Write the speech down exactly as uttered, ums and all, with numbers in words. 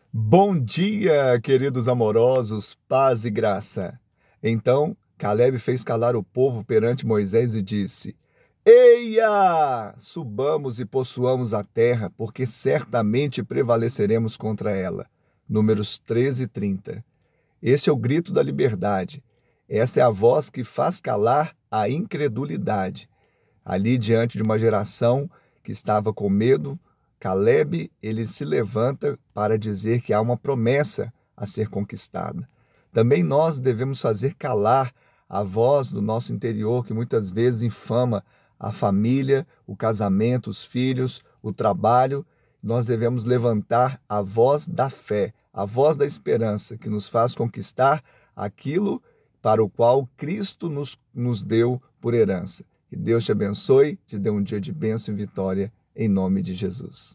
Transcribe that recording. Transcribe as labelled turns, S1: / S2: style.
S1: Bom dia, queridos amorosos, paz e graça. Então Calebe fez calar o povo perante Moisés e disse: Eia! Subamos e possuamos a terra, porque certamente prevaleceremos contra ela. Números treze, trinta. Este é o grito da liberdade. Esta é a voz que faz calar a incredulidade. Ali, diante de uma geração que estava com medo, Calebe, ele se levanta para dizer que há uma promessa a ser conquistada. Também nós devemos fazer calar a voz do nosso interior, que muitas vezes infama a família, o casamento, os filhos, o trabalho. Nós devemos levantar a voz da fé, a voz da esperança, que nos faz conquistar aquilo para o qual Cristo nos, nos deu por herança. Que Deus te abençoe, te dê um dia de bênção e vitória, em nome de Jesus.